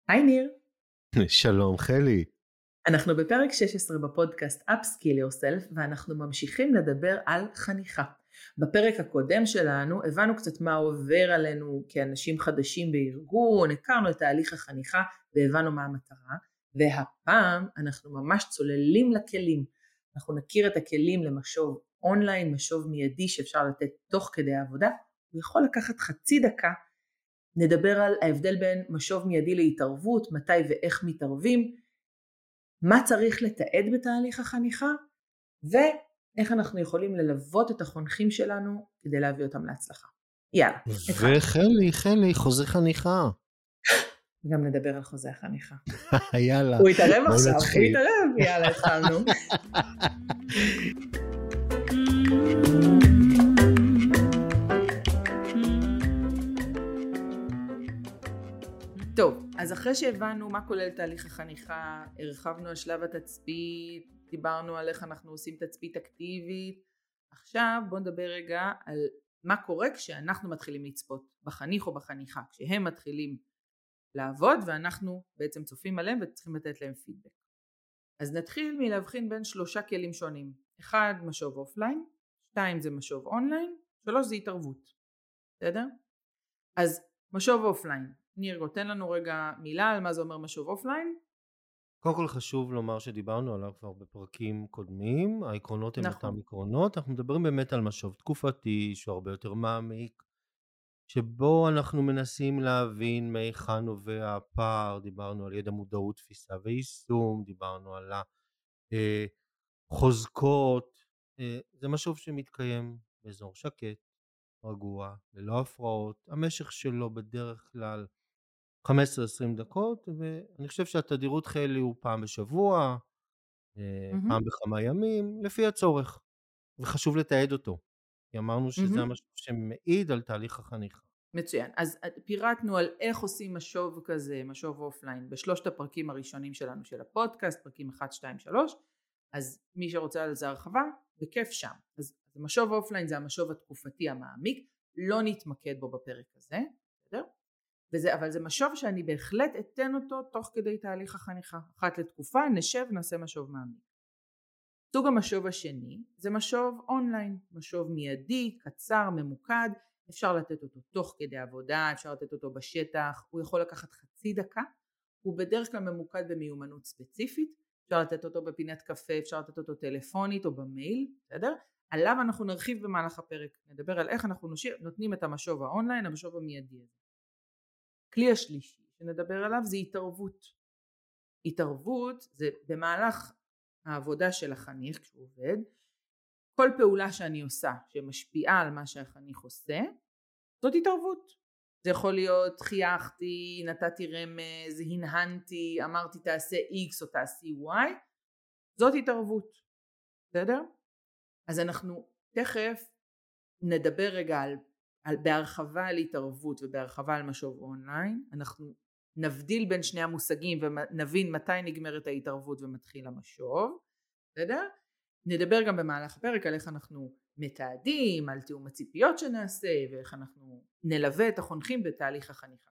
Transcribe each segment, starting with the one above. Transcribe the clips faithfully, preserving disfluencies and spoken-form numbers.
היי ניר. שלום חלי. אנחנו בפרק שש עשרה בפודקאסט Upskill Yourself ואנחנו ממשיכים לדבר על חניכה. בפרק הקודם שלנו הבנו קצת מה עובר עלינו כאנשים חדשים בארגון, הכרנו את תהליך החניכה והבנו מה המטרה, והפעם אנחנו ממש צוללים לכלים. אנחנו נכיר את הכלים למשוב אונליין, משוב מיידי שאפשר לתת תוך כדי העבודה, הוא יכול לקחת חצי דקה. נדבר על ההבדל בין משוב מיידי להתערבות, מתי ואיך מתערבים, מה צריך לתעד בתהליך החניכה, ואיך אנחנו יכולים ללוות את החונכים שלנו כדי להביא אותם להצלחה. יאללה. וחלי, חלי, חוזה חניכה. גם נדבר על חוזה החניכה. יאללה. הוא יתערב עכשיו, הוא יתערב, יאללה, התחלנו. טוב, אז אחרי שהבנו מה כולל תהליך החניכה, הרחבנו על שלב התצפית, דיברנו על איך אנחנו עושים תצפית אקטיבית, עכשיו בואו נדבר רגע על מה קורה כשאנחנו מתחילים לצפות בחניך או בחניכה, כשהם מתחילים לעבוד ואנחנו בעצם צופים עליהם וצריכים לתת להם פידבק. אז נתחיל מלהבחין בין שלושה כלים שונים, אחד משוב אופליין, שתיים זה משוב אונליין, שלוש זה התערבות, בסדר? אז משוב אופליין, ניר, תן לנו רגע מילה על מה זה אומר משוב אופליין. קודם כל חשוב לומר שדיברנו עליו כבר בפרקים קודמים, העקרונות הם נכון. אותם עקרונות, אנחנו מדברים באמת על משוב תקופתי שהוא הרבה יותר מעמיק, שבו אנחנו מנסים להבין מהיכן נובע הפער, דיברנו על ידע מודעות, תפיסה ויישום, דיברנו על החוזקות, זה משוב שמתקיים באזור שקט, רגוע, ללא הפרעות, המשך שלו בדרך כלל חמש עשרה עשרים דקות, ואני חושב שהתדירות חלי הוא פעם בשבוע, mm-hmm. פעם בכמה ימים, לפי הצורך, וחשוב לתעד אותו, כי אמרנו שזה mm-hmm. המשהו שמעיד על תהליך החניכה. מצוין, אז פירטנו על איך עושים משוב כזה, משוב אופליין, בשלושת הפרקים הראשונים שלנו של הפודקאסט, פרקים אחת, שתיים, שלוש, אז מי שרוצה על זה הרחבה, בכיף שם. אז משוב אופליין זה המשוב התקופתי המעמיק, לא נתמקד בו בפרק הזה, בסדר? וזה, אבל זה משוב שאני בהחלט אתן אותו תוך כדי תהליך החניכה. אחת לתקופה נשב נעשה משוב מעמיק. סוג המשוב השני זה משוב אונליין, משוב מיידי, קצר, ממוקד, אפשר לתת אותו תוך כדי עבודה, אפשר לתת אותו בשטח, הוא יכול לקחת חצי דקה, הוא בדרך כלל ממוקד במיומנות ספציפית, אפשר לתת אותו בפינת קפה, אפשר לתת אותו טלפונית או במייל, בסדר? עליו אנחנו נרחיב במהלך הפרק, נדבר על איך אנחנו נושיר, נותנים את המשוב האונליין, המשוב המיידי הזה. כלי השלישי שנדבר עליו זה התערבות. התערבות זה במהלך העבודה של החניך כשהוא עובד, כל פעולה שאני עושה שמשפיעה על מה שהחניך עושה, זאת התערבות. זה יכול להיות חייכתי, נתתי רמז, הנהנתי, אמרתי תעשה X או תעשי Y, זאת התערבות. בסדר? אז אנחנו תכף נדבר רגע על על, בהרחבה על התערבות ובהרחבה על משוב אונליין, אנחנו נבדיל בין שני המושגים ונבין מתי נגמרת ההתערבות ומתחיל המשוב, בסדר? נדבר גם במהלך הפרק על איך אנחנו מתעדים, על תיאום הציפיות שנעשה ואיך אנחנו נלווה את החונכים בתהליך החניכה.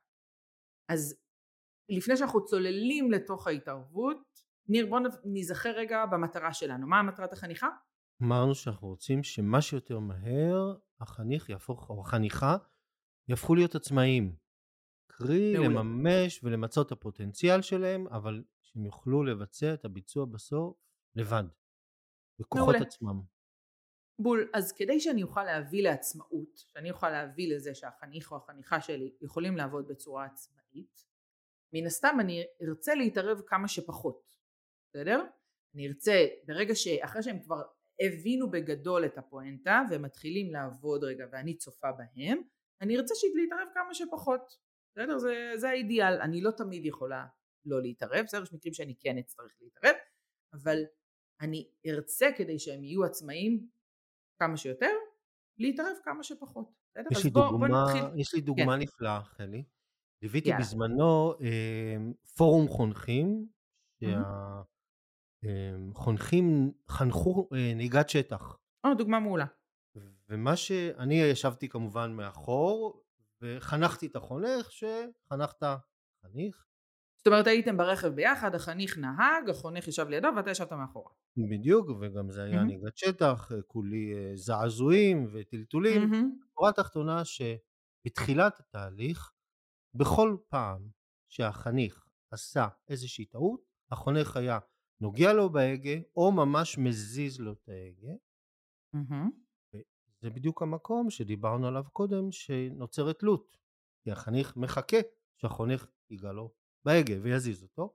אז לפני שאנחנו צוללים לתוך ההתערבות, ניר בוא נזכר רגע במטרה שלנו, מה המטרת החניכה? אמרנו שאנחנו רוצים שמה שיותר מהר החניך יהפוך, או החניכה יהפכו להיות עצמאיים, קרי מעולה. לממש ולמצות את הפוטנציאל שלהם, אבל שהם יוכלו לבצע את הביצוע בסוף לבד, בכוחות מעולה. עצמם. בול, אז כדי שאני אוכל להביא לעצמאות, שאני אוכל להביא לזה שהחניך או החניכה שלי יכולים לעבוד בצורה עצמאית, מן הסתם אני ארצה להתערב כמה שפחות, בסדר? אני ארצה, ברגע שאחרי שהם כבר הבינו בגדול את הפואנטה ומתחילים לעבוד רגע ואני צופה בהם, אני ארצה להתערב כמה שפחות, בסדר? זה, זה האידיאל, אני לא תמיד יכולה לא להתערב, בסדר? יש מקרים שאני כן אצטרך להתערב, אבל אני ארצה כדי שהם יהיו עצמאים כמה שיותר, להתערב כמה שפחות, בסדר? יש לי בוא, דוגמה, בוא נתחיל. יש לי דוגמה כן. נפלאה, חלי. ליוויתי יאללה. בזמנו אה, פורום חונכים, שה... חונכים חנכו נהיגת שטח. או, דוגמה מעולה. ומה שאני ישבתי כמובן מאחור וחנכתי את החונך שחנכת חניך. זאת אומרת, הייתם ברכב ביחד, החניך נהג, החונך ישב לידו ואתה ישבת מאחורה. בדיוק, וגם זה היה נהיגת שטח, כולי זעזועים וטלטולים. בשורה התחתונה שבתחילת התהליך, בכל פעם שהחניך עשה איזושהי טעות, החונך היה נוגע לו בהגה או ממש מזיז לו את ההגה. זה בדיוק המקום שדיברנו עליו קודם, שנוצרת תלות, כי החניך מחכה שהחונך ייגע לו בהגה ויזיז אותו.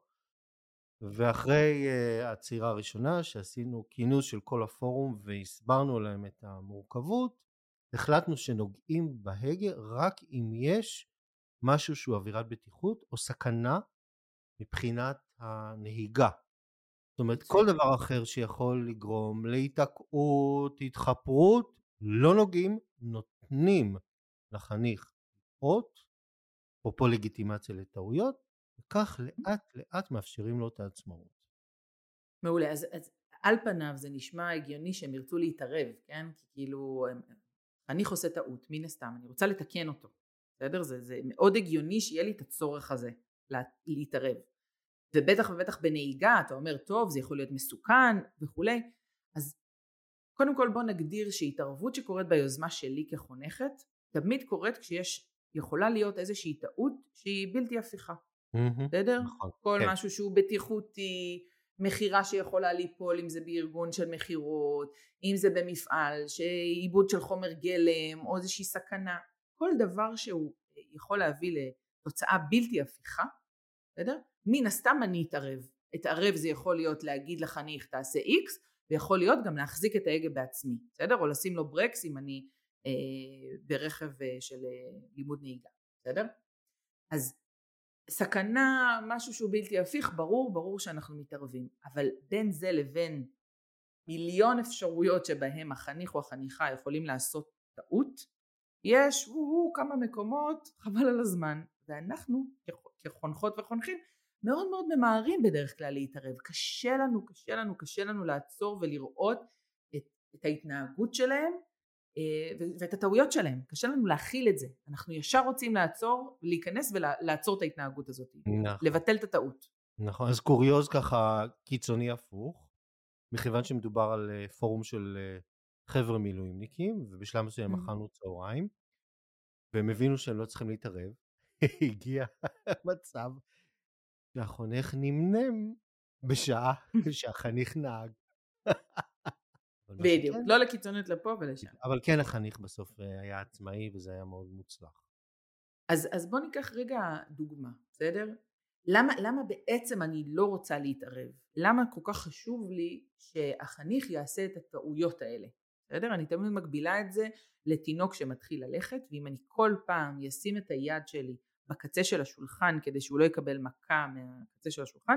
ואחרי uh, הצעירה הראשונה שעשינו כינוס של כל הפורום והסברנו להם את המורכבות, החלטנו שנוגעים בהגה רק אם יש משהו שהוא אווירת בטיחות או סכנה מבחינת הנהיגה. זאת אומרת, כל דבר אחר שיכול לגרום להתעקעות, התחפרות, לא נוגעים, נותנים לחניך לטעות, אפרופו לגיטימציה לטעויות, וכך לאט לאט מאפשרים לו את העצמאות. מעולה, אז, אז על פניו זה נשמע הגיוני שהם ירצו להתערב, כן? כי כאילו, חניך עושה טעות, מן הסתם, אני רוצה לתקן אותו, בסדר? זה, זה מאוד הגיוני שיהיה לי את הצורך הזה לה, להתערב. ובטח ובטח בנהיגה, אתה אומר, טוב, זה יכול להיות מסוכן וכולי. אז קודם כל בוא נגדיר שהתערבות שקורית ביוזמה שלי כחונכת, תמיד קורית כשיש, יכולה להיות איזושהי טעות שהיא בלתי הפיכה. בסדר? נכון, כל כן. משהו שהוא בטיחותי, מחירה שיכולה ליפול, אם זה בארגון של מחירות, אם זה במפעל, שעיבוד של חומר גלם, או איזושהי סכנה, כל דבר שהוא יכול להביא לתוצאה בלתי הפיכה, בסדר? מן הסתם אני אתערב. אתערב זה יכול להיות להגיד לחניך תעשה X, ויכול להיות גם להחזיק את ההגה בעצמי, בסדר? או לשים לו ברקס אם אני אה, ברכב אה, של אה, לימוד נהיגה, בסדר? אז סכנה, משהו שהוא בלתי הפיך, ברור, ברור שאנחנו מתערבים, אבל בין זה לבין מיליון אפשרויות שבהם החניך או החניכה יכולים לעשות טעות, יש וואו, כמה מקומות, חבל על הזמן, ואנחנו כחונכות וחונכים מאוד מאוד ממהרים בדרך כלל להתערב. קשה לנו, קשה לנו, קשה לנו לעצור ולראות את, את ההתנהגות שלהם ואת הטעויות שלהם. קשה לנו להכיל את זה. אנחנו ישר רוצים לעצור, להיכנס ולעצור את ההתנהגות הזאת. נכון. לבטל את הטעות. נכון, אז קוריוז ככה קיצוני הפוך, מכיוון שמדובר על פורום של חבר'ה מילואימניקים, ובשלב מסוים אכלנו צהריים, והם הבינו שהם לא צריכים להתערב. הגיע מצב שהחונך נמנם בשעה שהחניך נהג. בדיוק, לא לקיצוניות לפה ולשם. אבל כן החניך בסוף היה עצמאי וזה היה מאוד מוצלח. אז, אז בוא ניקח רגע דוגמה, בסדר? למה, למה בעצם אני לא רוצה להתערב? למה כל כך חשוב לי שהחניך יעשה את הטעויות האלה? בסדר? אני תמיד מגבילה את זה לתינוק שמתחיל ללכת, ואם אני כל פעם ישים את היד שלי בקצה של השולחן כדי שהוא לא יקבל מכה מהקצה של השולחן,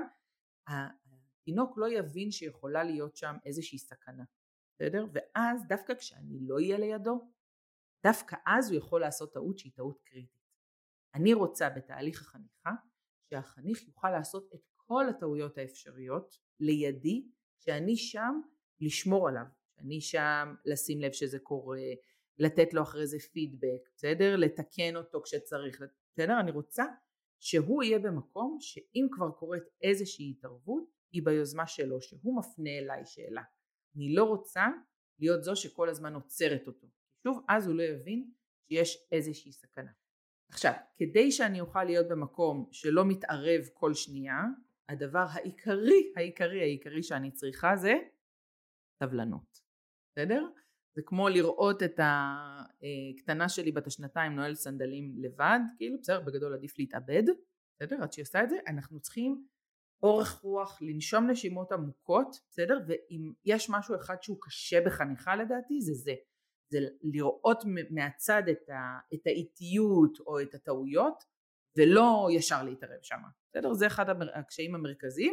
התינוק לא יבין שיכולה להיות שם איזושהי סכנה. בסדר? ואז דווקא כשאני לא אהיה לידו, דווקא אז הוא יכול לעשות טעות שהיא טעות קריטית. אני רוצה בתהליך החניכה שהחניך יוכל לעשות את כל הטעויות האפשריות לידי, שאני שם לשמור עליו, שאני שם לשים לב שזה קורה, לתת לו אחרי זה פידבק, בסדר? לתקן אותו כשצריך, בסדר? אני רוצה שהוא יהיה במקום שאם כבר קורית איזושהי התערבות, היא ביוזמה שלו, שהוא מפנה אליי שאלה. אני לא רוצה להיות זו שכל הזמן עוצרת אותו. שוב, אז הוא לא יבין שיש איזושהי סכנה. עכשיו, כדי שאני אוכל להיות במקום שלא מתערב כל שנייה, הדבר העיקרי, העיקרי, העיקרי שאני צריכה זה סבלנות. בסדר? זה כמו לראות את הקטנה שלי בת השנתיים נועל סנדלים לבד, כאילו, בסדר, בגדול עדיף להתאבד, בסדר? עד שהיא עושה את זה, אנחנו צריכים אורך רוח, לנשום נשימות עמוקות, בסדר? ואם יש משהו אחד שהוא קשה בחניכה לדעתי, זה זה. זה לראות מהצד את, ה, את האיטיות או את הטעויות, ולא ישר להתערב שם. בסדר? זה אחד הקשיים המרכזיים,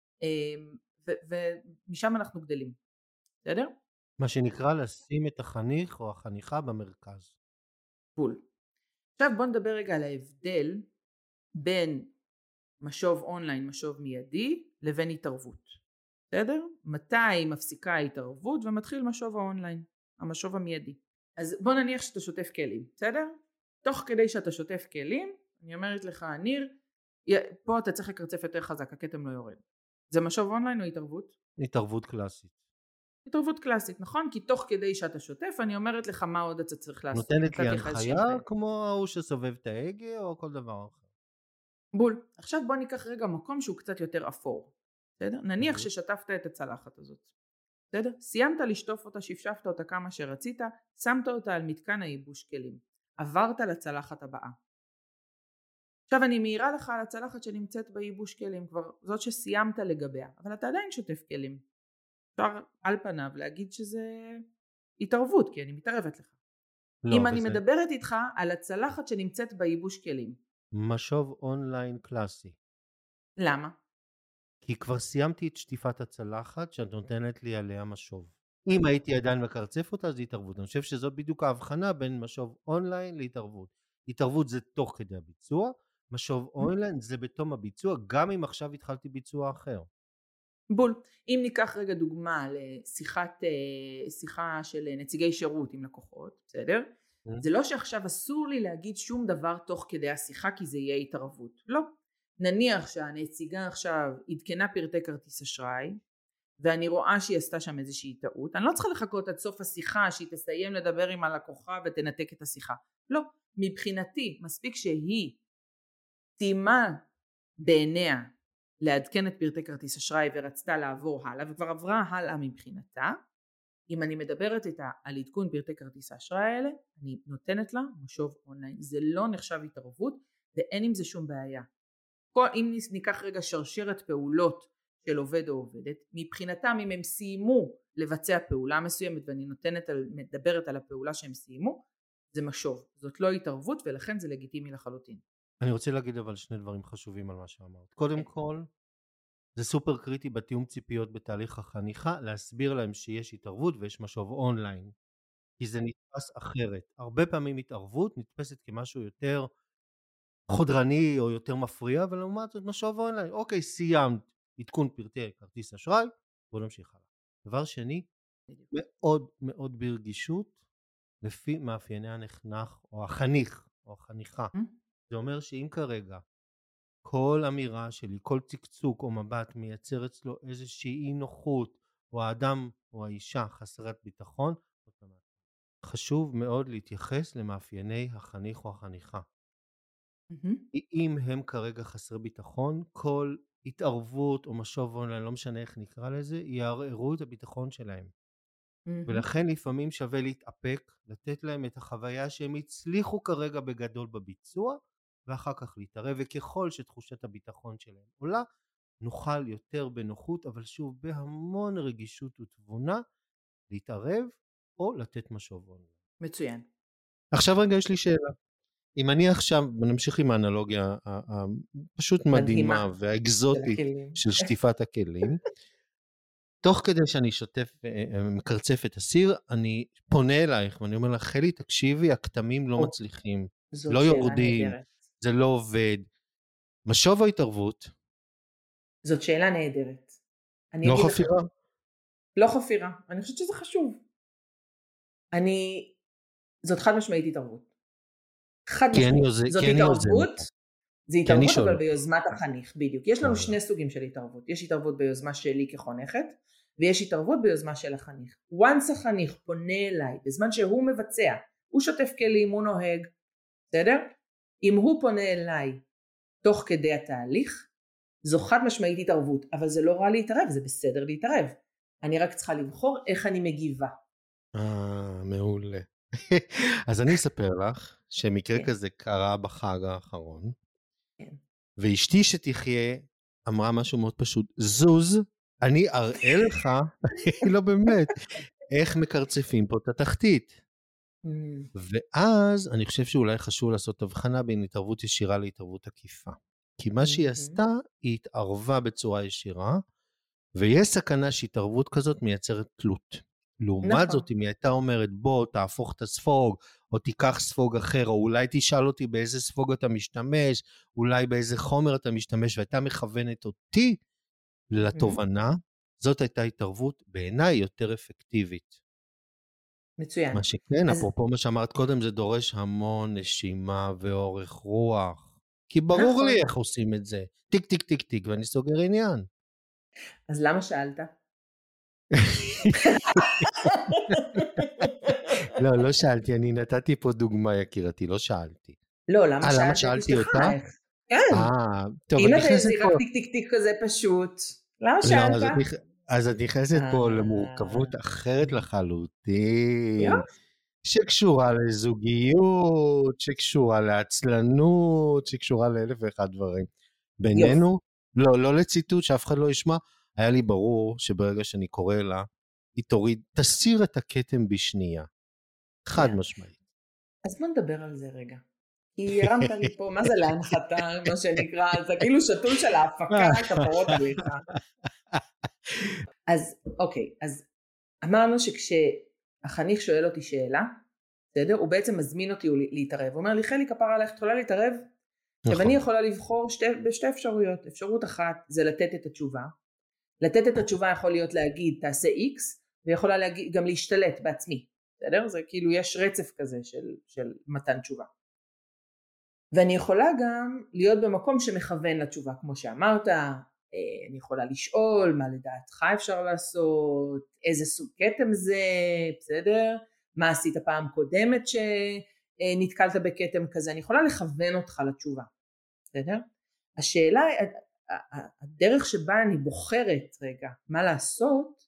ו, ומשם אנחנו גדלים. בסדר? מה שנקרא לשים את החניך או החניכה במרכז. בול. עכשיו בוא נדבר רגע על ההבדל בין משוב אונליין, משוב מיידי, לבין התערבות. בסדר? מתי מפסיקה ההתערבות ומתחיל משוב האונליין, המשוב המיידי. אז בוא נניח שאתה שוטף כלים, בסדר? תוך כדי שאתה שוטף כלים, אני אומרת לך, ניר, י- פה אתה צריך לקרצף יותר חזק, הכתם לא יורד. זה משוב אונליין או התערבות? התערבות קלאסית. התערבות קלאסית, נכון? כי תוך כדי שאתה שוטף אני אומרת לך מה עוד אתה צריך לעשות. נותנת לי נתתי לך איזושהי הנחיה הנחיה. כמו ההוא שסובב את ההגה או כל דבר אחר. בול. עכשיו בוא ניקח רגע מקום שהוא קצת יותר אפור. בסדר? נניח Mhm. ששטפת את הצלחת הזאת. בסדר? סיימת לשטוף אותה, שפשפת אותה כמה שרצית, שמת אותה על מתקן הייבוש כלים. עברת לצלחת הבאה. עכשיו אני מעירה לך על הצלחת שנמצאת בייבוש כלים, כבר זאת שסיימת לגביה, אבל אתה עדיין שוטף כלים. אפשר על פניו להגיד שזה התערבות, כי אני מתערבת לך. לא, אם אני וזה מדברת איתך על הצלחת שנמצאת בייבוש כלים. משוב אונליין קלאסי. למה? כי כבר סיימתי את שטיפת הצלחת שאת נותנת לי עליה משוב. אם הייתי עדיין מקרצף אותה, זה התערבות. אני חושב שזאת בדיוק ההבחנה בין משוב אונליין להתערבות. התערבות זה תוך כדי הביצוע, משוב אונליין זה בתום הביצוע, גם אם עכשיו התחלתי ביצוע אחר. בול. אם ניקח רגע דוגמה לשיחת, שיחה של נציגי שירות עם לקוחות, בסדר? Mm. זה לא שעכשיו אסור לי להגיד שום דבר תוך כדי השיחה כי זה יהיה התערבות. לא. נניח שהנציגה עכשיו עדכנה פרטי כרטיס אשראי, ואני רואה שהיא עשתה שם איזושהי טעות, אני לא צריכה לחכות עד סוף השיחה שהיא תסיים לדבר עם הלקוחה ותנתק את השיחה. לא. מבחינתי, מספיק שהיא סיימה בעיניה לעדכן את פרטי כרטיס אשראי ורצתה לעבור הלאה וכבר עברה הלאה מבחינתה. אם אני מדברת איתה על עדכון פרטי כרטיס האשראי האלה, אני נותנת לה משוב אונליין. זה לא נחשב התערבות ואין עם זה שום בעיה. כל, אם ניקח רגע שרשרת פעולות של עובד או עובדת, מבחינתם אם הם סיימו לבצע פעולה מסוימת ואני נותנת על, מדברת על הפעולה שהם סיימו, זה משוב. זאת לא התערבות ולכן זה לגיטימי לחלוטין. אני רוצה להגיד אבל שני דברים חשובים על מה שאמרת. קודם כל, זה סופר קריטי בתיאום ציפיות בתהליך החניכה, להסביר להם שיש התערבות ויש משוב אונליין, כי זה נתפס אחרת. הרבה פעמים התערבות נתפסת כמשהו יותר חודרני או יותר מפריע, ולעומת זאת משוב אונליין. אוקיי, סיימת עדכון פרטי כרטיס אשראי, בוא נמשיך הלאה. דבר שני, מאוד מאוד ברגישות, לפי מאפייני הנחנך או החניך או החניכה. זה אומר שאם כרגע כל אמירה שלי, כל צקצוק או מבט מייצר אצלו איזושהי אי נוחות, או האדם או האישה חסרת ביטחון, חשוב מאוד להתייחס למאפייני החניך או החניכה. אם הם כרגע חסרי ביטחון, כל התערבות או משוב אונליין, לא משנה איך נקרא לזה, יערערו את הביטחון שלהם. ולכן לפעמים שווה להתאפק, לתת להם את החוויה שהם הצליחו כרגע בגדול בביצוע, ואחר כך להתערב, וככל שתחושת הביטחון שלהם עולה, נוכל יותר בנוחות, אבל שוב בהמון רגישות ותבונה, להתערב או לתת משוב אונליין. מצוין. עכשיו רגע יש לי שאלה. אם אני עכשיו, נמשיך עם האנלוגיה הפשוט מדהימה והאקזוטית של שטיפת הכלים, תוך כדי שאני שוטף ומקרצף את הסיר, אני פונה אלייך ואני אומר לך, חלי תקשיבי, הכתמים לא מצליחים, לא יורדים, זה לא עובד. משוב או התערבות? זאת שאלה נהדרת. לא חפירה? לא חפירה, אני חושבת שזה חשוב. אני, זאת חד משמעית התערבות. חד משמעית. זאת התערבות, זה התערבות אבל ביוזמת החניך, בדיוק. יש לנו שני סוגים של התערבות. יש התערבות ביוזמה שלי כחונכת, ויש התערבות ביוזמה של החניך. once החניך פונה אליי, בזמן שהוא מבצע, הוא שוטף כלים, הוא נוהג, בסדר? אם הוא פונה אליי תוך כדי התהליך, זו חד משמעית התערבות, אבל זה לא רע להתערב, זה בסדר להתערב. אני רק צריכה לבחור איך אני מגיבה. אה, מעולה. אז אני אספר לך שמקרה כזה קרה בחג האחרון, ואשתי שתחיה אמרה משהו מאוד פשוט, זוז, אני אראה לך, לא באמת, איך מקרצפים פה את התחתית. ואז אני חושב שאולי חשוב לעשות הבחנה בין התערבות ישירה להתערבות עקיפה. כי מה שהיא עשתה, היא התערבה בצורה ישירה, ויש סכנה שהתערבות כזאת מייצרת תלות. לעומת זאת, אם היא הייתה אומרת, בוא תהפוך את הספוג, או תיקח ספוג אחר, או אולי תשאל אותי באיזה ספוג אתה משתמש, אולי באיזה חומר אתה משתמש, והייתה מכוונת אותי לתובנה, זאת הייתה התערבות בעיניי יותר אפקטיבית. מצוין. מה שכן, אפרופו מה שאמרת קודם, זה דורש המון נשימה ואורך רוח. כי ברור נכון. לי איך עושים את זה. טיק טיק טיק טיק ואני סוגר עניין. אז למה שאלת? לא, לא שאלתי, אני נתתי פה דוגמה יקירתי, לא שאלתי. לא, למה אה, למה שאלת את שאלתי אשתך? אותה? איך? כן. אה, טוב, אם את אתה נכנסת זה פה. רק טיק טיק טיק כזה פשוט, למה לא, שאלת? אז את נכ- אז את נכנסת פה אה, למורכבות אחרת לחלוטין, יופי. שקשורה לזוגיות, שקשורה לעצלנות, שקשורה לאלף ואחד דברים. בינינו, לא, לא לציטוט, שאף אחד לא ישמע, היה לי ברור שברגע שאני קורא לה, היא תוריד, תסיר את הכתם בשנייה. חד Yeah. משמעית. אז בוא נדבר על זה רגע. כי הרמת לי פה, מה זה להנחתה, מה שנקרא, זה כאילו שתול של ההפקה, כפרות עליך. אז אוקיי, אז אמרנו שכשהחניך שואל אותי שאלה, בסדר? הוא בעצם מזמין אותי להתערב. הוא אומר לי, חלי כפרה עליך, את יכולה להתערב? עכשיו אני יכולה לבחור שתי, בשתי אפשרויות. אפשרות אחת זה לתת את התשובה. לתת את התשובה יכול להיות להגיד תעשה X, ויכולה להגיד, גם להשתלט בעצמי. בסדר? זה כאילו יש רצף כזה של, של מתן תשובה. ואני יכולה גם להיות במקום שמכוון לתשובה, כמו שאמרת, אני יכולה לשאול מה לדעתך אפשר לעשות, איזה סוג כתם זה, בסדר? מה עשית פעם קודמת שנתקלת בכתם כזה, אני יכולה לכוון אותך לתשובה, בסדר? השאלה, הדרך שבה אני בוחרת רגע מה לעשות,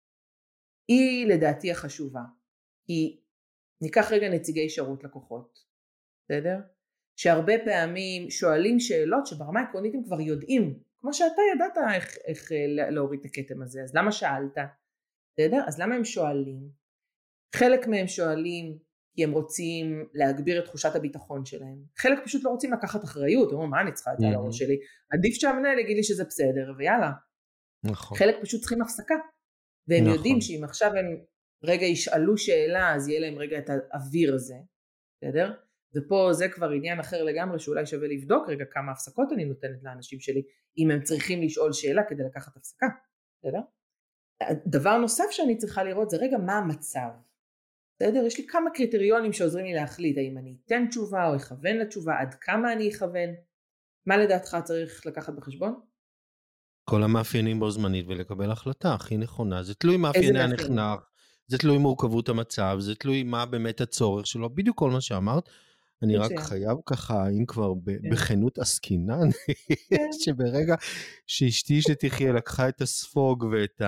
היא לדעתי החשובה, כי ניקח רגע נציגי שירות לקוחות, בסדר? שהרבה פעמים שואלים שאלות שברמה העקרונית הם כבר יודעים, כמו שאתה ידעת איך, איך להוריד את הכתם הזה, אז למה שאלת? בסדר? אז למה הם שואלים? חלק מהם שואלים כי הם רוצים להגביר את תחושת הביטחון שלהם, חלק פשוט לא רוצים לקחת אחריות, אומרים מה אני צריכה את זה על הראש שלי, עדיף שהמנהל יגיד לי שזה בסדר ויאללה. נכון. חלק פשוט צריכים הפסקה, והם נכון. יודעים שאם עכשיו הם רגע ישאלו שאלה אז יהיה להם רגע את האוויר הזה, בסדר? ופה זה כבר עניין אחר לגמרי שאולי שווה לבדוק רגע כמה הפסקות אני נותנת לאנשים שלי אם הם צריכים לשאול שאלה כדי לקחת הפסקה, בסדר? דבר נוסף שאני צריכה לראות זה רגע מה המצב, בסדר? יש לי כמה קריטריונים שעוזרים לי להחליט האם אני אתן תשובה או אכוון לתשובה, עד כמה אני אכוון, מה לדעתך צריך לקחת בחשבון? כל המאפיינים בו זמנית ולקבל החלטה הכי נכונה, זה תלוי מאפייני הנחנך, זה תלוי מורכבות המצב, זה תלוי מה באמת הצורך שלו, בדיוק כל מה שאמרת, אני רק חייב ככה, אם כבר בכנות עסקינן, שברגע שאשתי שתחיה לקחה את הספוג ואת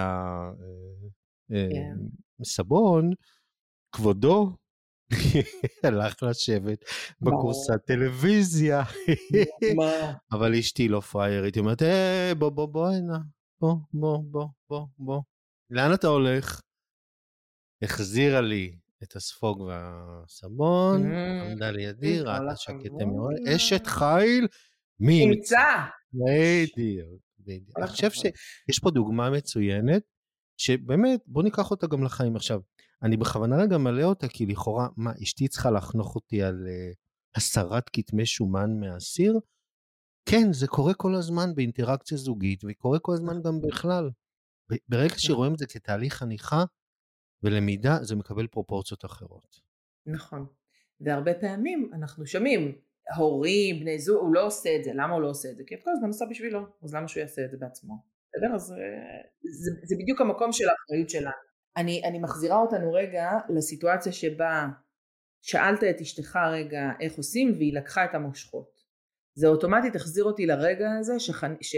הסבון, כבודו הלך לשבת בקורסת טלוויזיה, אבל אשתי לא פריירית, היא אומרת, בוא בוא בוא הנה, בוא בוא בוא בוא בוא, לאן אתה הולך? החזירה לי את הספוג והסבון, עמדה לידי, ראתה שהכתם יורד, אשת חיל, מי ימצא? בדיוק, בדיוק. אני חושב שיש פה דוגמה מצוינת, שבאמת, בוא ניקח אותה גם לחיים עכשיו, אני בכוונה רגע מלא אותה, כי לכאורה, מה, אשתי צריכה לחנוך אותי על הסרת כתמי שומן מהסיר? כן, זה קורה כל הזמן באינטראקציה זוגית, וקורה כל הזמן גם בכלל. ברגע שרואים את זה כתהליך חניכה, ולמידה זה מקבל פרופורציות אחרות. נכון, והרבה פעמים אנחנו שומעים, הורים, בני זוג, הוא לא עושה את זה, למה הוא לא עושה את זה? כי את כל הזמן עושה בשבילו, אז למה שהוא יעשה את זה בעצמו? בסדר? אז זה, זה בדיוק המקום של האחריות שלנו. אני, אני מחזירה אותנו רגע לסיטואציה שבה שאלת את אשתך רגע איך עושים, והיא לקחה את המושכות. זה אוטומטית החזיר אותי לרגע הזה שחנ... ש...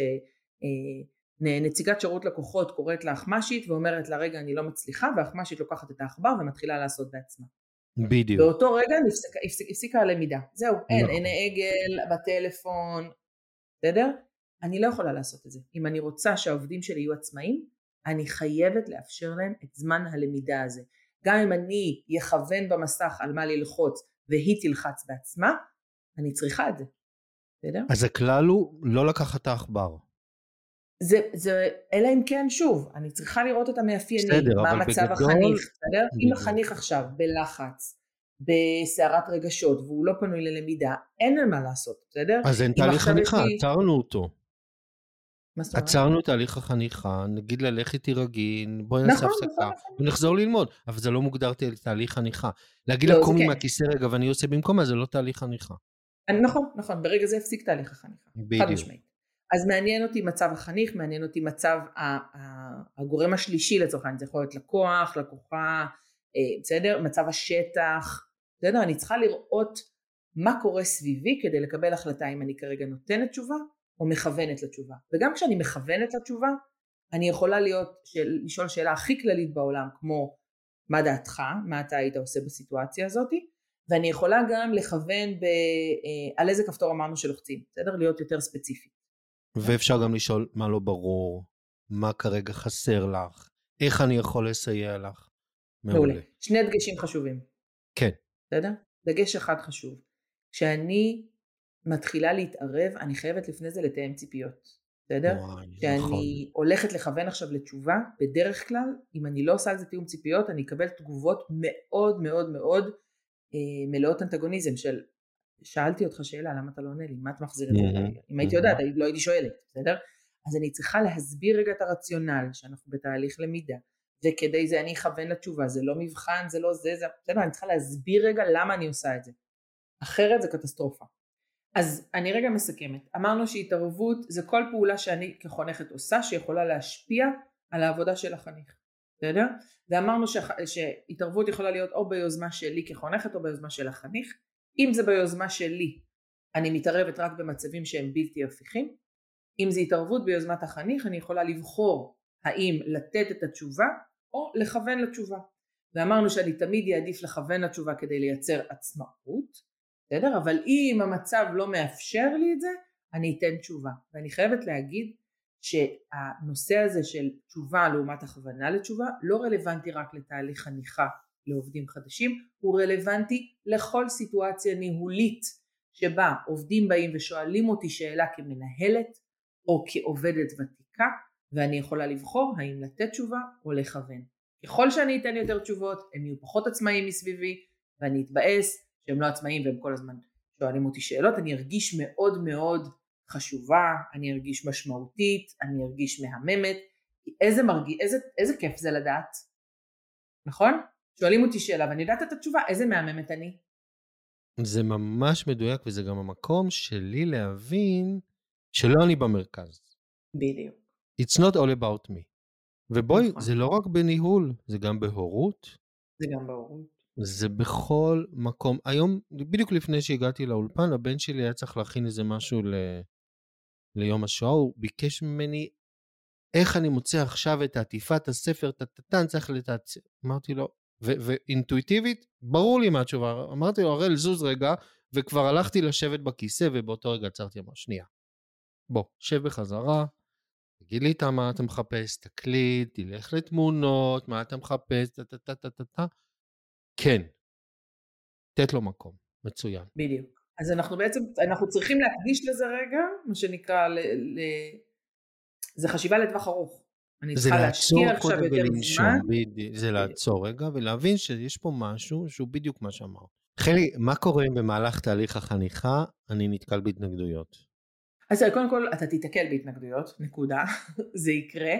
נציגת שירות לקוחות קוראת לה אחמשית ואומרת לה רגע אני לא מצליחה, והאחמשית לוקחת את העכבר ומתחילה לעשות בעצמה. בדיוק. באותו רגע נפסקה, הפסיקה הלמידה. זהו, אין, אין עגל בטלפון, בסדר? אני לא יכולה לעשות את זה. אם אני רוצה שהעובדים שלי יהיו עצמאים, אני חייבת לאפשר להם את זמן הלמידה הזה. גם אם אני יכוון במסך על מה ללחוץ והיא תלחץ בעצמה, אני צריכה את זה. בסדר? אז הכלל הוא לא לקחת את העכבר. זה, זה, אלא אם כן שוב, אני צריכה לראות את המאפיינים, בסדר, מה המצב בגדול, החניך, בסדר? אם החניך עכשיו בלחץ, בסערת רגשות, והוא לא פנוי ללמידה, אין על מה לעשות, בסדר? אז אין תהליך חניכה, עצרנו אותו. מה זאת אומרת? עצרנו את תהליך החניכה, נגיד ללכת איתי רגיל, בואי נעשה הפסקה, ונחזור ללמוד, אבל זה לא מוגדר תהליך חניכה. להגיד לקום עם הכיסא רגע ואני עושה במקום, אז זה לא תהליך חניכה. נכון, נכון, ברגע זה הפסיק תהליך החניכה, חד בדיוק. משמעית. אז מעניין אותי מצב החניך, מעניין אותי מצב הגורם השלישי לצורך העניין, זה יכול להיות לקוח, לקוחה, בסדר? מצב השטח, בסדר? אני צריכה לראות מה קורה סביבי כדי לקבל החלטה אם אני כרגע נותנת תשובה או מכוונת לתשובה. וגם כשאני מכוונת לתשובה, אני יכולה להיות, של, לשאול שאלה הכי כללית בעולם, כמו מה דעתך, מה אתה היית עושה בסיטואציה הזאת, ואני יכולה גם לכוון ב, על איזה כפתור אמרנו שלוחצים, בסדר? להיות יותר ספציפי. ואפשר גם לשאול מה לא ברור, מה כרגע חסר לך, איך אני יכול לסייע לך. מעולה. שני דגשים חשובים. כן. בסדר? דגש אחד חשוב. כשאני מתחילה להתערב, אני חייבת לפני זה לתאם ציפיות. בסדר? כשאני נכון. הולכת לכוון עכשיו לתשובה, בדרך כלל, אם אני לא עושה על זה תיאום ציפיות, אני אקבל תגובות מאוד מאוד מאוד אה, מלאות אנטגוניזם של, שאלתי אותך שאלה, למה אתה לא עונה לי? מה את מחזירת לי? אם הייתי יודעת, לא הייתי שואלת, בסדר? אז אני צריכה להסביר רגע את הרציונל, שאנחנו בתהליך למידה, וכדי זה אני אכוון לתשובה, זה לא מבחן, זה לא זה, זה, בסדר? אני צריכה להסביר רגע למה אני עושה את זה. אחרת זה קטסטרופה. אז אני רגע מסכמת. אמרנו שהתערבות זה כל פעולה שאני כחונכת עושה, שיכולה להשפיע על העבודה של החניך. בסדר? ואמרנו שח... שהתערבות יכולה להיות או ביוזמה שלי כחונכת או ביוזמה של החניך. אם זה ביוזמה שלי, אני מתערבת רק במצבים שהם בלתי הפיכים. אם זה התערבות ביוזמת החניך, אני יכולה לבחור האם לתת את התשובה או לכוון לתשובה. ואמרנו שאני תמיד יעדיף לכוון לתשובה כדי לייצר עצמאות. בסדר? אבל אם המצב לא מאפשר לי את זה, אני אתן תשובה. ואני חייבת להגיד שהנושא הזה של תשובה לעומת הכוונה לתשובה, לא רלוונטי רק לתהליך חניכה לעובדים חדשים, הוא רלוונטי לכל סיטואציה ניהולית, שבה עובדים באים ושואלים אותי שאלה כמנהלת, או כעובדת ותיקה, ואני יכולה לבחור האם לתת תשובה או לכוון. ככל שאני אתן יותר תשובות, הם יהיו פחות עצמאיים מסביבי, ואני אתבאס, שהם לא עצמאים והם כל הזמן שואלים אותי שאלות, אני ארגיש מאוד מאוד חשובה, אני ארגיש משמעותית, אני ארגיש מהממת, איזה מרגיש, איזה, איזה כיף זה לדעת, נכון? שואלים אותי שאלה ואני יודעת את התשובה, איזה מהממת אני. זה ממש מדויק, וזה גם המקום שלי להבין שלא אני במרכז. בדיוק. It's not all about me. ובואי, נכון. זה לא רק בניהול, זה גם בהורות. זה גם בהורות. זה בכל מקום. היום, בדיוק לפני שהגעתי לאולפן, הבן שלי היה צריך להכין איזה משהו ל... ליום השואה, הוא ביקש ממני, איך אני מוצא עכשיו את עטיפת הספר, תתתן, צריך לתעצ... אמרתי לו, ו- ואינטואיטיבית, ברור לי מה התשובה, אמרתי לו, הראל, זוז רגע, וכבר הלכתי לשבת בכיסא, ובאותו רגע עצרתי, אמר, שנייה, בוא, שב בחזרה, תגיד לי מה אתה מחפש, תקליט, תלך לתמונות, מה אתה מחפש, תתתתתתת, כן, תת לו מקום, מצוין. בדיוק. אז אנחנו בעצם, אנחנו צריכים להקדיש לזה רגע, מה שנקרא, ל... ל... זה חשיבה לטווח ארוך. אני צריכה להשקיע עכשיו יותר זמן. בדיוק, זה לעצור רגע, ולהבין שיש פה משהו שהוא בדיוק מה שאמר. חלי, מה קורה במהלך תהליך החניכה, אני נתקל בהתנגדויות? אז קודם כל, אתה תתקל בהתנגדויות, נקודה, זה יקרה.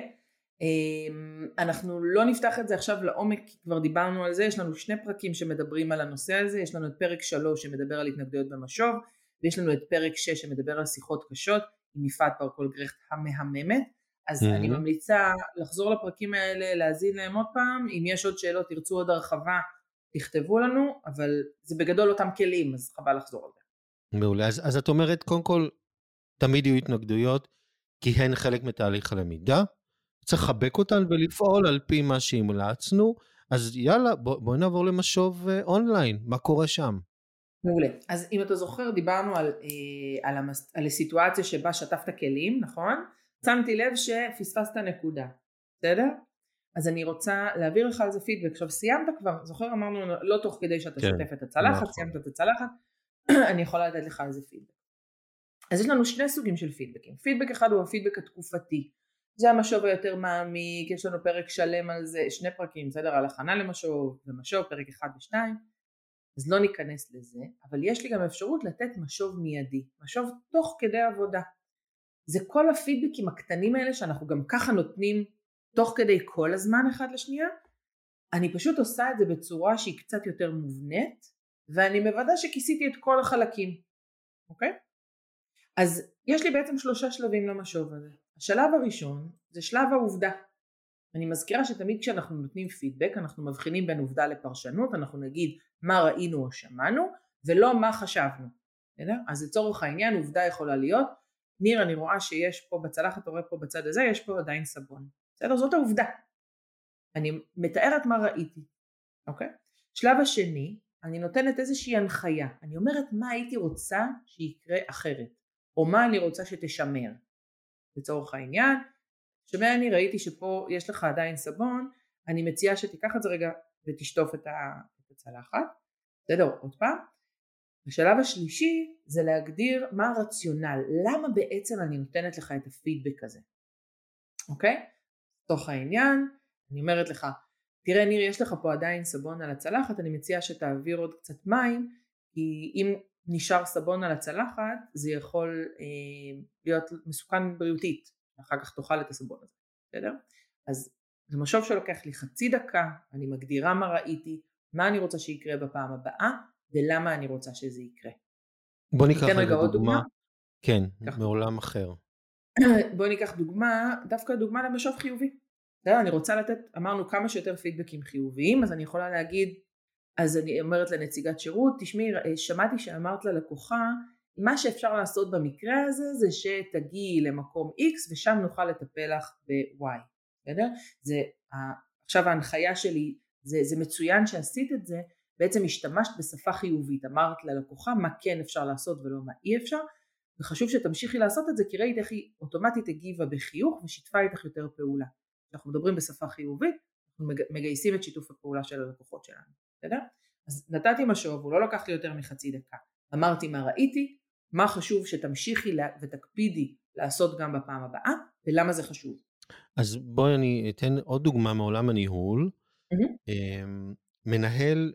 אנחנו לא נפתח את זה עכשיו לעומק, כבר דיברנו על זה, יש לנו שני פרקים שמדברים על הנושא הזה, יש לנו את פרק שלוש שמדבר על התנגדויות במשוב, ויש לנו את פרק שש שמדבר על שיחות קשות, עם יפעת פרקול-גרחט המהממת, אז אני ממליצה לחזור לפרקים האלה, להזין להם עוד פעם, אם יש עוד שאלות, תרצו עוד הרחבה, תכתבו לנו, אבל זה בגדול אותם כלים, אז חבל לחזור על זה. מעולה, אז, אז את אומרת, קודם כל, תמיד יהיו התנגדויות, כי הן חלק מתהליך הלמידה, צריך לחבק אותן ולפעול על פי מה שהמלצנו, אז יאללה, בוא, בוא נעבור למשוב אונליין, מה קורה שם? מעולה, אז אם אתה זוכר, דיברנו על, על, המס, על הסיטואציה שבה שטפת כלים, נכון? שמתי לב שפספסת נקודה, בסדר? אז אני רוצה להעביר לך על זה פידבק, עכשיו סיימת כבר, זוכר אמרנו לא תוך כדי שאתה כן, שוטף את הצלחת, נכון. סיימת את הצלחת, אני יכולה לתת לך על זה פידבק. אז יש לנו שני סוגים של פידבקים, פידבק אחד הוא הפידבק התקופתי, זה המשוב היותר מעמיק, יש לנו פרק שלם על זה, שני פרקים, בסדר? על הכנה למשוב ומשוב, פרק אחד ושתיים, אז לא ניכנס לזה, אבל יש לי גם אפשרות לתת משוב מיידי, משוב תוך כדי עבודה. זה כל הפידבקים הקטנים האלה שאנחנו גם ככה נותנים תוך כדי כל הזמן אחד לשנייה, אני פשוט עושה את זה בצורה שהיא קצת יותר מובנית, ואני מוודא שכיסיתי את כל החלקים. אוקיי? אז יש לי בעצם שלושה שלבים למשוב הזה. השלב הראשון זה שלב העובדה. אני מזכירה שתמיד כשאנחנו נותנים פידבק, אנחנו מבחינים בין עובדה לפרשנות, אנחנו נגיד מה ראינו או שמענו, ולא מה חשבנו. בסדר? אז לצורך העניין עובדה יכולה להיות, ניר, אני רואה שיש פה בצלחת, אתה רואה פה בצד הזה, יש פה עדיין סבון. בסדר? זאת העובדה. אני מתארת מה ראיתי. אוקיי? שלב השני, אני נותנת איזושהי הנחיה. אני אומרת מה הייתי רוצה שיקרה אחרת, או מה אני רוצה שתשמר. לצורך העניין, שמה אני ראיתי שפה יש לך עדיין סבון, אני מציעה שתיקח את זה רגע ותשטוף את הצלחת. בסדר? עוד פעם. השלב השלישי זה להגדיר מה הרציונל, למה בעצם אני נותנת לך את הפידבק הזה. אוקיי? תוך העניין, אני אומרת לך, תראה ניר, יש לך פה עדיין סבון על הצלחת, אני מציעה שתעביר עוד קצת מים, כי אם נשאר סבון על הצלחת, זה יכול אה, להיות מסוכן בריאותית, אחר כך תאכל את הסבון הזה, בסדר? אז זה משוב שלוקח לי חצי דקה, אני מגדירה מה ראיתי, מה אני רוצה שיקרה בפעם הבאה, ולמה אני רוצה שזה יקרה. בוא ניקח רגע רגע עוד דוגמה, דוגמה. כן, קח מעולם אחר. בואי ניקח דוגמה, דווקא דוגמה למשוב חיובי. בסדר? אני רוצה לתת, אמרנו כמה שיותר פידבקים חיוביים, אז אני יכולה להגיד, אז אני אומרת לנציגת שירות, תשמעי, שמעתי שאמרת ללקוחה, מה שאפשר לעשות במקרה הזה, זה שתגיעי למקום X, ושם נוכל לטפל לך ב-Y. בסדר? זה, עכשיו ההנחיה שלי, זה, זה מצוין שעשית את זה, בעצם השתמשת בשפה חיובית, אמרת ללקוחה מה כן אפשר לעשות ולא מה אי אפשר, וחשוב שתמשיכי לעשות את זה, כי ראית איך היא אוטומטית הגיבה בחיוך, ושיתפה איתך יותר פעולה. אנחנו מדברים בשפה חיובית, אנחנו מגייסים את שיתוף הפעולה של הלקוחות שלנו, בסדר? אז נתתי משוב, הוא לא לקח לי יותר מחצי דקה, אמרתי מה ראיתי, מה חשוב שתמשיכי ותקפידי לעשות גם בפעם הבאה, ולמה זה חשוב. אז בואי אני אתן עוד דוגמה מעולם הניהול, Mm-hmm. מנהל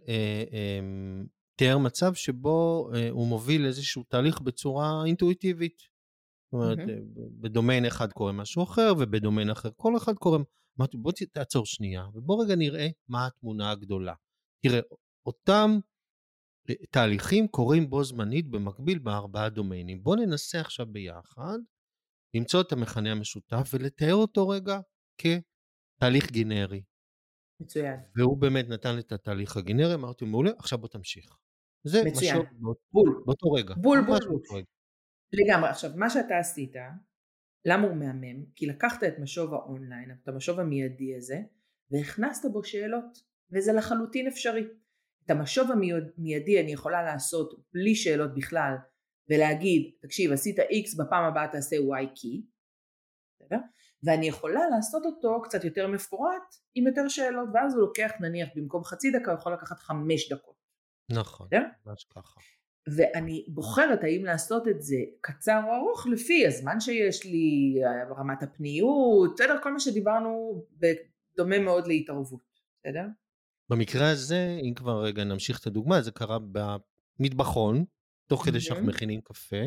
תיאר מצב שבו הוא מוביל איזשהו תהליך בצורה אינטואיטיבית, זאת אומרת, mm-hmm. בדומיין אחד קורה משהו אחר, ובדומיין אחר כל אחד קורה, אמרתי בוא תעצור שנייה, ובוא רגע נראה מה התמונה הגדולה. תראה, אותם תהליכים קורים בו זמנית במקביל בארבעה דומיינים, בוא ננסה עכשיו ביחד, למצוא את המכנה המשותף, ולתאר אותו רגע כתהליך גנרי. מצוין. והוא באמת נתן את התהליך הגנרי, אמרתי מעולה, עכשיו בוא תמשיך. זה מצוין. משהו בול. באותו רגע. בול בול בול. לגמרי. עכשיו, מה שאתה עשית, למה הוא מהמם? כי לקחת את משוב האונליין, את המשוב המיידי הזה, והכנסת בו שאלות, וזה לחלוטין אפשרי. את המשוב המיידי אני יכולה לעשות בלי שאלות בכלל, ולהגיד, תקשיב, עשית X, בפעם הבאה תעשה Y כי, בסדר? ואני יכולה לעשות אותו קצת יותר מפורט, עם יותר שאלות, ואז הוא לוקח נניח במקום חצי דקה, הוא יכול לקחת חמש דקות. נכון, ממש ככה. ואני בוחרת האם לעשות את זה קצר או ארוך, לפי הזמן שיש לי, רמת הפניות, בסדר? כל מה שדיברנו דומה מאוד להתערבות, בסדר? במקרה הזה, אם כבר רגע נמשיך את הדוגמה, זה קרה במטבחון, תוך כדי שאנחנו מכינים קפה,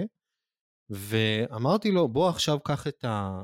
ואמרתי לו, בוא עכשיו קח את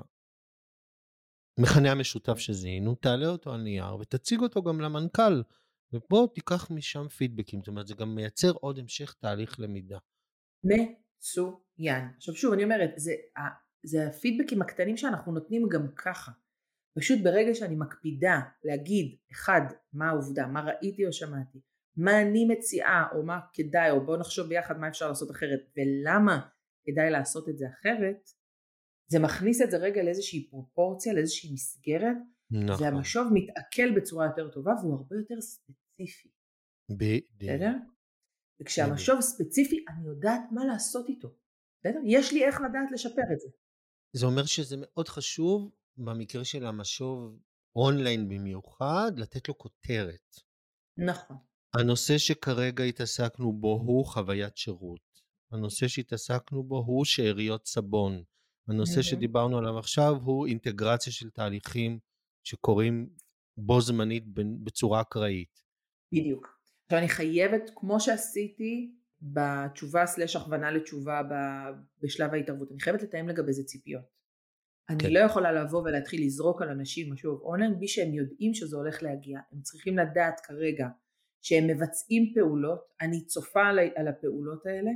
המכנה המשותף שזיהינו, תעלה אותו על נייר, ותציג אותו גם למנכ"ל, ובוא תיקח משם פידבקים, זאת אומרת, זה גם מייצר עוד המשך תהליך למידה. מצוין. עכשיו שוב, אני אומרת, זה, זה הפידבקים הקטנים שאנחנו נותנים גם ככה. פשוט ברגע שאני מקפידה להגיד, אחד, מה העובדה, מה ראיתי או שמעתי, מה אני מציעה או מה כדאי, או בוא נחשוב ביחד מה אפשר לעשות אחרת, ולמה כדאי לעשות את זה אחרת, זה מכניס את זה רגע לאיזושהי פרופורציה, לאיזושהי מסגרת, נכון. והמשוב מתעכל בצורה יותר טובה, והוא הרבה יותר ספציפי. בסדר? וכשהמשוב ספציפי, אני יודעת מה לעשות איתו. בסדר? יש לי איך לדעת לשפר את זה. זה אומר שזה מאוד חשוב, במקרה של המשוב אונליין במיוחד, לתת לו כותרת. נכון. הנושא שכרגע התעסקנו בו הוא חוויית שירות. הנושא שהתעסקנו בו הוא שאריות סבון. הנושא שדיברנו עליו עכשיו הוא אינטגרציה של תהליכים שקורים בו זמנית בצורה אקראית. בדיוק. עכשיו אני חייבת, כמו שעשיתי בתשובה סלש הכוונה לתשובה בשלב ההתערבות, אני חייבת לתאם לגבי זה ציפיות. אני כן. לא יכולה לבוא ולהתחיל לזרוק על אנשים משוב אונליין, בי שהם יודעים שזה הולך להגיע. הם צריכים לדעת כרגע שהם מבצעים פעולות, אני צופה על, על הפעולות האלה,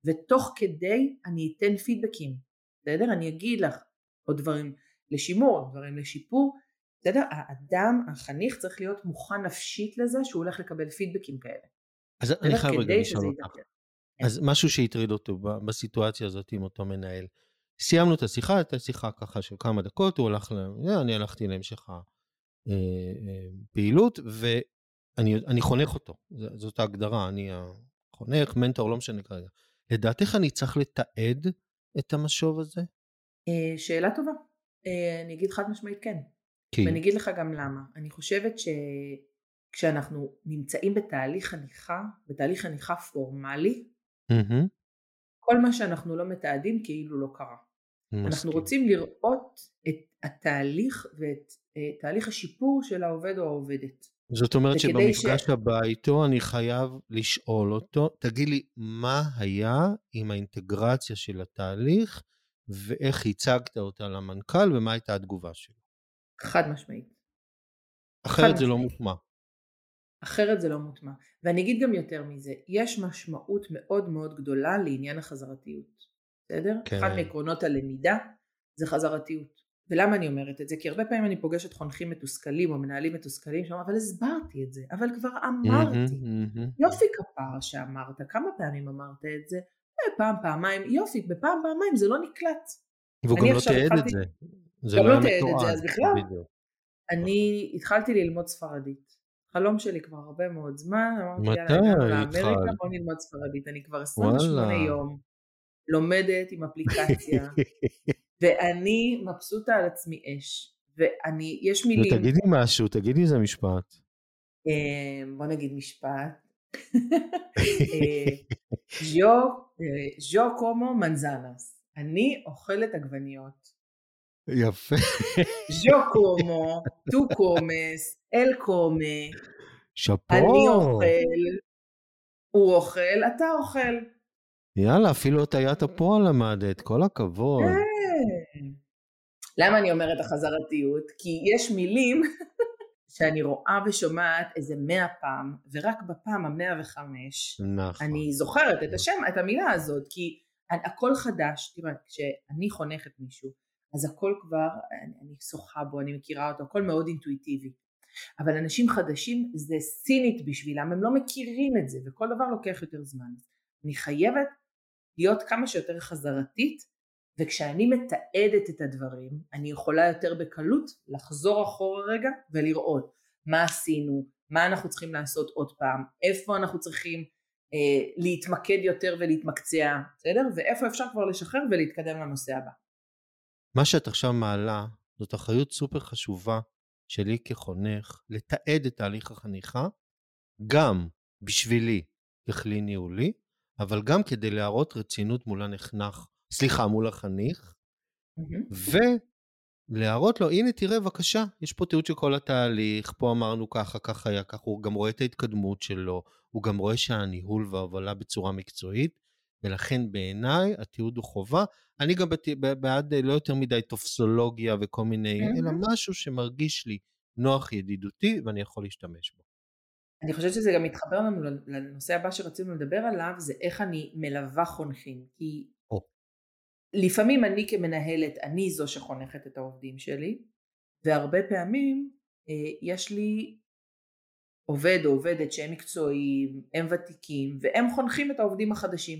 ותוך כדי אני אתן פידבקים, בסדר? אני אגיד לך עוד דברים לשימור, דברים לשיפור, בסדר? האדם, החניך צריך להיות מוכן נפשית לזה שהוא הולך לקבל פידבקים כאלה. אז אני חייב רגע לשאול אותך. ידבר. אז משהו שהטריד אותו בסיטואציה הזאת עם אותו מנהל. סיימנו את השיחה, את השיחה ככה של כמה דקות, הוא הלך, אני הלכתי להמשך הפעילות, ואני חונך אותו. זאת ההגדרה, אני חונך, מנטור, לא משנה כרגע. לדעתך אני צריך לתעד את המשוב הזה? שאלה טובה. אני אגיד חד משמעית כן. ואני אגיד לך גם למה. אני חושבת שכשאנחנו נמצאים בתהליך חניכה, בתהליך חניכה פורמלי, כל מה שאנחנו לא מתעדים כאילו לא קרה. אנחנו רוצים לראות את התהליך ואת תהליך השיפור של העובד או העובדת. זאת אומרת שבמפגש הבא איתו אני חייב לשאול אותו, תגיד לי מה היה עם האינטגרציה של התהליך, ואיך הצגת אותה למנכ"ל ומה הייתה התגובה שלו. חד משמעית. אחרת זה לא מוטמע. אחרת זה לא מוטמע. ואני אגיד גם יותר מזה, יש משמעות מאוד מאוד גדולה לעניין החזרתיות. בסדר? כן. אחד מעקרונות הלמידה זה חזרתיות. ולמה אני אומרת את זה? כי הרבה פעמים אני פוגשת חונכים מתוסכלים או מנהלים מתוסכלים שאומרים, אבל הסברתי את זה, אבל כבר אמרתי. Mm-hmm, mm-hmm. יופי כפרה שאמרת, כמה פעמים אמרת את זה? פעם, פעמיים, יופי, בפעם, פעמיים זה לא נקלט. והוא גם לא תעד את זה. זה גם לא תעד את זה, אז בכלל. אני התחלתי ללמוד ספרדית. חלום שלי כבר הרבה מאוד זמן, אמרתי, יאללה, באמריקה בוא נלמוד ספרדית. אני כבר עשרים ושמונה יום לומדת עם אפליקציה, ואני מבסוטה על עצמי אש. ואני, יש מילים... ותגידי משהו, תגידי איזה משפט. בוא נגיד משפט. ז'ו קומו מנזנס. אני אוכלת עגבניות. יפה. ז'ו קומו, טו קומס, אל קומה. שפו. אני אוכל, הוא אוכל, אתה אוכל. יאללה, אפילו הטיית הפועל למדת, כל הכבוד. למה אני אומרת החזרתיות? כי יש מילים שאני רואה ושומעת איזה מאה פעם, ורק בפעם המאה וחמש, נכון. אני זוכרת את השם, את המילה הזאת, כי הכל חדש, תראה, כשאני חונכת מישהו, אז הכל כבר, אני, אני שוחה בו, אני מכירה אותו, הכל מאוד אינטואיטיבי. אבל אנשים חדשים זה סינית בשבילם, הם לא מכירים את זה, וכל דבר לוקח יותר זמן. אני חייבת להיות כמה שיותר חזרתית, וכשאני מתעדת את הדברים, אני יכולה יותר בקלות לחזור אחורה רגע ולראות מה עשינו, מה אנחנו צריכים לעשות עוד פעם, איפה אנחנו צריכים אה, להתמקד יותר ולהתמקצע, בסדר? ואיפה אפשר כבר לשחרר ולהתקדם לנושא הבא. מה שאת עכשיו מעלה, זאת אחריות סופר חשובה שלי כחונך, לתעד את תהליך החניכה, גם בשבילי ככלי ניהולי, אבל גם כדי להראות רצינות מול הנחנך, סליחה, מול החניך, mm-hmm. ולהראות לו, הנה תראה בבקשה, יש פה תיעוד של כל התהליך, פה אמרנו ככה, ככה היה ככה, הוא גם רואה את ההתקדמות שלו, הוא גם רואה שהניהול וההובלה בצורה מקצועית, ולכן בעיניי התיעוד הוא חובה, אני גם בעד לא יותר מדי טופסולוגיה וכל מיני, mm-hmm. אלא משהו שמרגיש לי נוח ידידותי, ואני יכול להשתמש בו. אני חושבת שזה גם מתחבר לנו לנושא הבא שרצינו לדבר עליו, זה איך אני מלווה חונכים, כי oh. לפעמים אני כמנהלת, אני זו שחונכת את העובדים שלי, והרבה פעמים אה, יש לי עובד או עובדת שהם מקצועיים, הם ותיקים, והם חונכים את העובדים החדשים.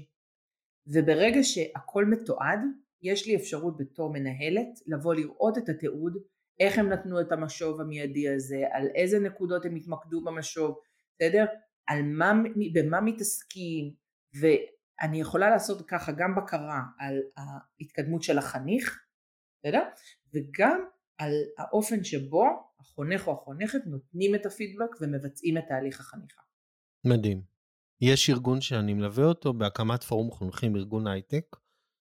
וברגע שהכל מתועד, יש לי אפשרות בתור מנהלת, לבוא לראות את התיעוד, איך הם נתנו את המשוב המיידי הזה, על איזה נקודות הם התמקדו במשוב, בסדר? על מה, במה מתעסקים, ואני יכולה לעשות ככה גם בקרה על ההתקדמות של החניך, בסדר? וגם על האופן שבו החונך או החונכת נותנים את הפידבק ומבצעים את תהליך החניכה. מדהים. יש ארגון שאני מלווה אותו בהקמת פורום חונכים, ארגון הייטק,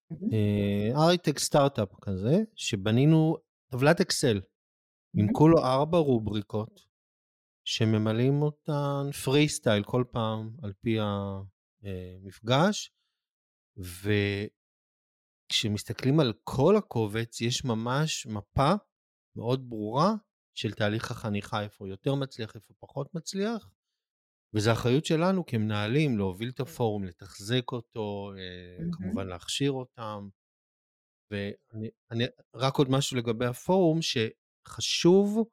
הייטק סטארט-אפ כזה, שבנינו טבלת אקסל, עם כולו ארבע רובריקות, שממלאים אותן פרי סטייל כל פעם על פי המפגש, וכשמסתכלים על כל הקובץ, יש ממש מפה מאוד ברורה של תהליך החניכה, איפה יותר מצליח, איפה פחות מצליח, וזה אחריות שלנו כמנהלים להוביל את הפורום, לתחזק אותו, כמובן מהמם. להכשיר אותם. ואני אני, רק עוד משהו לגבי הפורום, שחשוב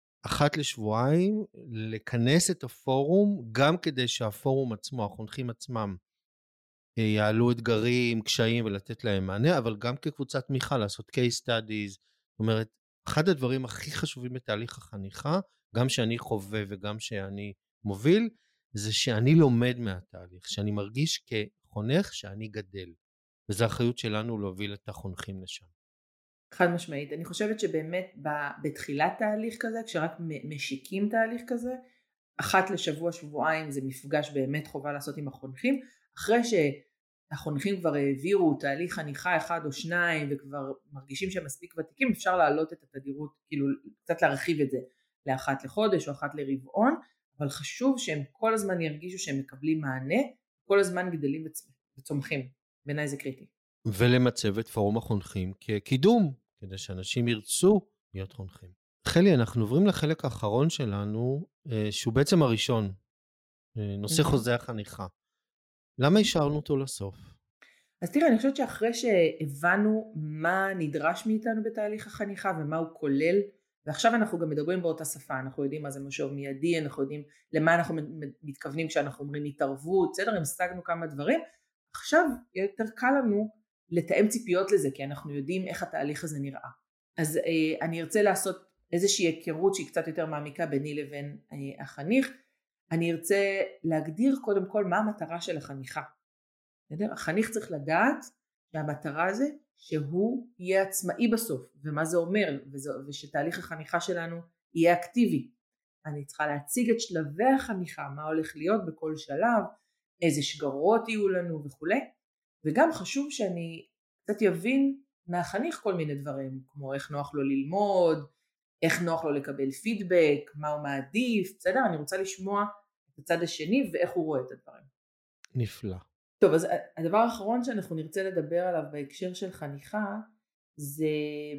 אחת לשבועיים לכנס את הפורום, גם כדי שהפורום עצמו, החונכים עצמם, אה, יעלו אתגרים, קשיים ולתת להם מענה, אבל גם כקבוצת תמיכה, לעשות case studies. זאת אומרת, אחד הדברים הכי חשובים בתהליך החניכה, גם שאני חווה וגם שאני מוביל, זה שאני לומד מהתהליך, שאני מרגיש כחונך שאני גדל. וזו האחריות שלנו להוביל את החונכים לשם. חד משמעית. אני חושבת שבאמת ב- בתחילת תהליך כזה, כשרק מ- משיקים תהליך כזה, אחת לשבוע, שבועיים זה מפגש באמת חובה לעשות עם החונכים. אחרי שהחונכים כבר העבירו תהליך חניכה אחד או שניים וכבר מרגישים שהם מספיק ותיקים, אפשר להעלות את התדירות, כאילו קצת להרחיב את זה לאחת לחודש או אחת לרבעון, אבל חשוב שהם כל הזמן ירגישו שהם מקבלים מענה, כל הזמן גדלים וצ- וצומחים. בעיניי זה קריטי. ולמצב את פורום החונכים כקידום, כדי שאנשים ירצו להיות חונכים. חלי, אנחנו עוברים לחלק האחרון שלנו, אה, שהוא בעצם הראשון, אה, נושא מהמם. חוזה החניכה. למה השארנו אותו לסוף? אז תראה, אני חושבת שאחרי שהבנו מה נדרש מאיתנו בתהליך החניכה ומה הוא כולל, ועכשיו אנחנו גם מדברים באותה שפה, אנחנו יודעים מה זה משוב מיידי, אנחנו יודעים למה אנחנו מתכוונים כשאנחנו אומרים התערבות, בסדר, המסגנו כמה דברים, עכשיו יותר קל לנו לתאם ציפיות לזה, כי אנחנו יודעים איך התהליך הזה נראה. אז אה, אני ארצה לעשות איזושהי היכרות שהיא קצת יותר מעמיקה ביני לבין אה, החניך, אני ארצה להגדיר קודם כל מה המטרה של החניכה. בסדר? החניך צריך לדעת שהמטרה זה שהוא יהיה עצמאי בסוף, ומה זה אומר, וזה, ושתהליך החניכה שלנו יהיה אקטיבי. אני צריכה להציג את שלבי החניכה, מה הולך להיות בכל שלב, איזה שגרות יהיו לנו וכו'. וגם חשוב שאני קצת יבין מהחניך כל מיני דברים, כמו איך נוח לו ללמוד, איך נוח לו לקבל פידבק, מה הוא מעדיף, בסדר? אני רוצה לשמוע את הצד השני ואיך הוא רואה את הדברים. נפלא. טוב, אז הדבר האחרון שאנחנו נרצה לדבר עליו בהקשר של חניכה, זה,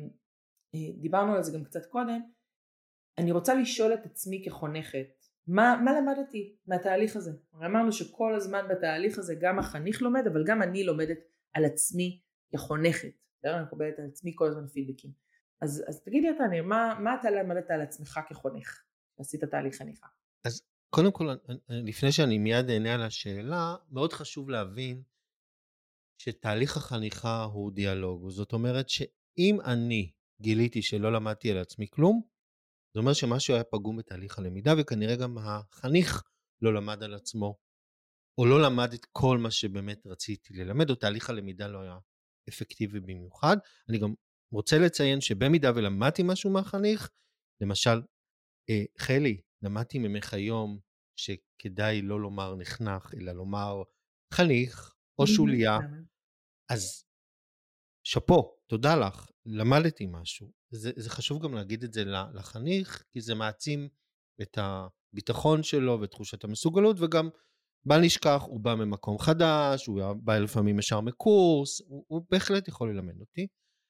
דיברנו על זה גם קצת קודם, אני רוצה לשאול את עצמי כחונכת, מה, מה למדתי מהתהליך הזה? אמרנו שכל הזמן בתהליך הזה גם החניך לומד, אבל גם אני לומדת על עצמי כחונכת, אני מקבלת על עצמי כל הזמן פידבקים. אז, אז תגידי אתה, ניר, מה, מה אתה למדת על עצמך כחונך, שעשית תהליך חניכה? אז קודם כל, לפני שאני מיד אענה על השאלה, מאוד חשוב להבין שתהליך החניכה הוא דיאלוג. זאת אומרת שאם אני גיליתי שלא למדתי על עצמי כלום, זאת אומרת שמשהו היה פגום בתהליך הלמידה, וכנראה גם החניך לא למד על עצמו, או לא למד את כל מה שבאמת רציתי ללמד, או תהליך הלמידה לא היה אפקטיבי במיוחד. אני גם רוצה לציין שבמידה ולמדתי משהו מהחניך, למשל, אה, חלי, למדתי ממך היום שכדאי לא לומר נחנך, אלא לומר חניך או שוליה, אז שפו, תודה לך, למדתי משהו. זה, זה חשוב גם להגיד את זה לחניך, כי זה מעצים את הביטחון שלו ותחושת המסוגלות, וגם בל נשכח, הוא בא ממקום חדש, הוא בא לפעמים ישר מקורס, הוא, הוא בהחלט יכול ללמד אותי.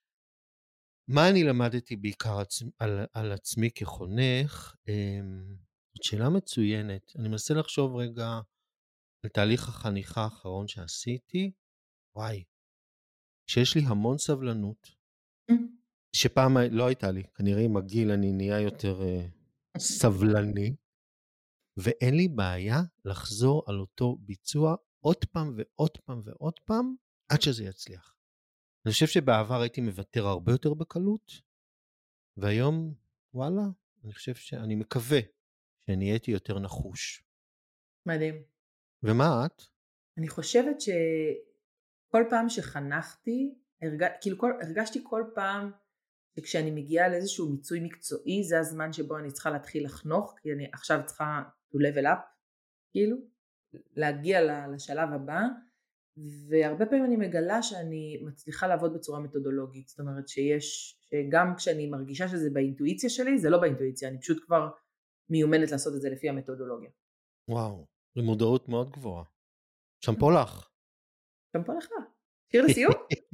מה אני למדתי בעיקר עצ... על, על עצמי כחונך? זאת שאלה מצוינת. אני מנסה לחשוב רגע על תהליך החניכה האחרון שעשיתי. וואי, שיש לי המון סבלנות, שפעם לא הייתה לי. כנראה עם הגיל אני נהיה יותר uh, סבלני, ואין לי בעיה לחזור על אותו ביצוע עוד פעם ועוד פעם ועוד פעם, עד שזה יצליח. אני חושב שבעבר הייתי מוותר הרבה יותר בקלות, והיום, וואלה, אני חושב שאני מקווה שנהייתי יותר נחוש. מדהים. ומה את? אני חושבת שכל פעם שחנכתי, הרג... כאילו כל... הרגשתי כל פעם שכשאני מגיעה לאיזשהו מיצוי מקצועי, זה הזמן שבו אני צריכה להתחיל לחנוך, כי אני עכשיו צריכה to level up, כאילו, להגיע לשלב הבא, והרבה פעמים אני מגלה שאני מצליחה לעבוד בצורה מתודולוגית, זאת אומרת שיש, שגם כשאני מרגישה שזה באינטואיציה שלי, זה לא באינטואיציה, אני פשוט כבר מיומנת לעשות את זה לפי המתודולוגיה. וואו, זו מודעות מאוד גבוהה. שמפו לך. שמפו לך. שיר לסיום?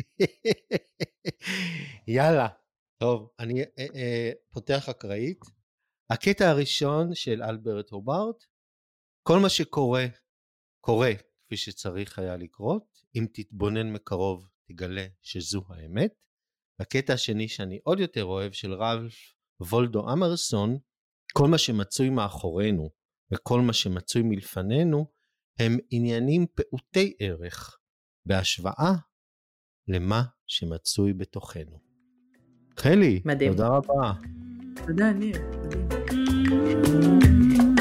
יאללה. טוב, אני אה, אה, פותח אקראית. הקטע הראשון של אלברט הוברט, כל מה שקורה, קורה כפי שצריך היה לקרות. אם תתבונן מקרוב, תגלה שזו האמת. הקטע השני שאני עוד יותר אוהב של רלף וולדו אמרסון, כל מה שמצוי מאחורינו וכל מה שמצוי מלפנינו, הם עניינים פעוטי ערך, בהשוואה למה שמצוי בתוכנו. חלי, מדהים. תודה רבה. תודה, ניר. מדהים.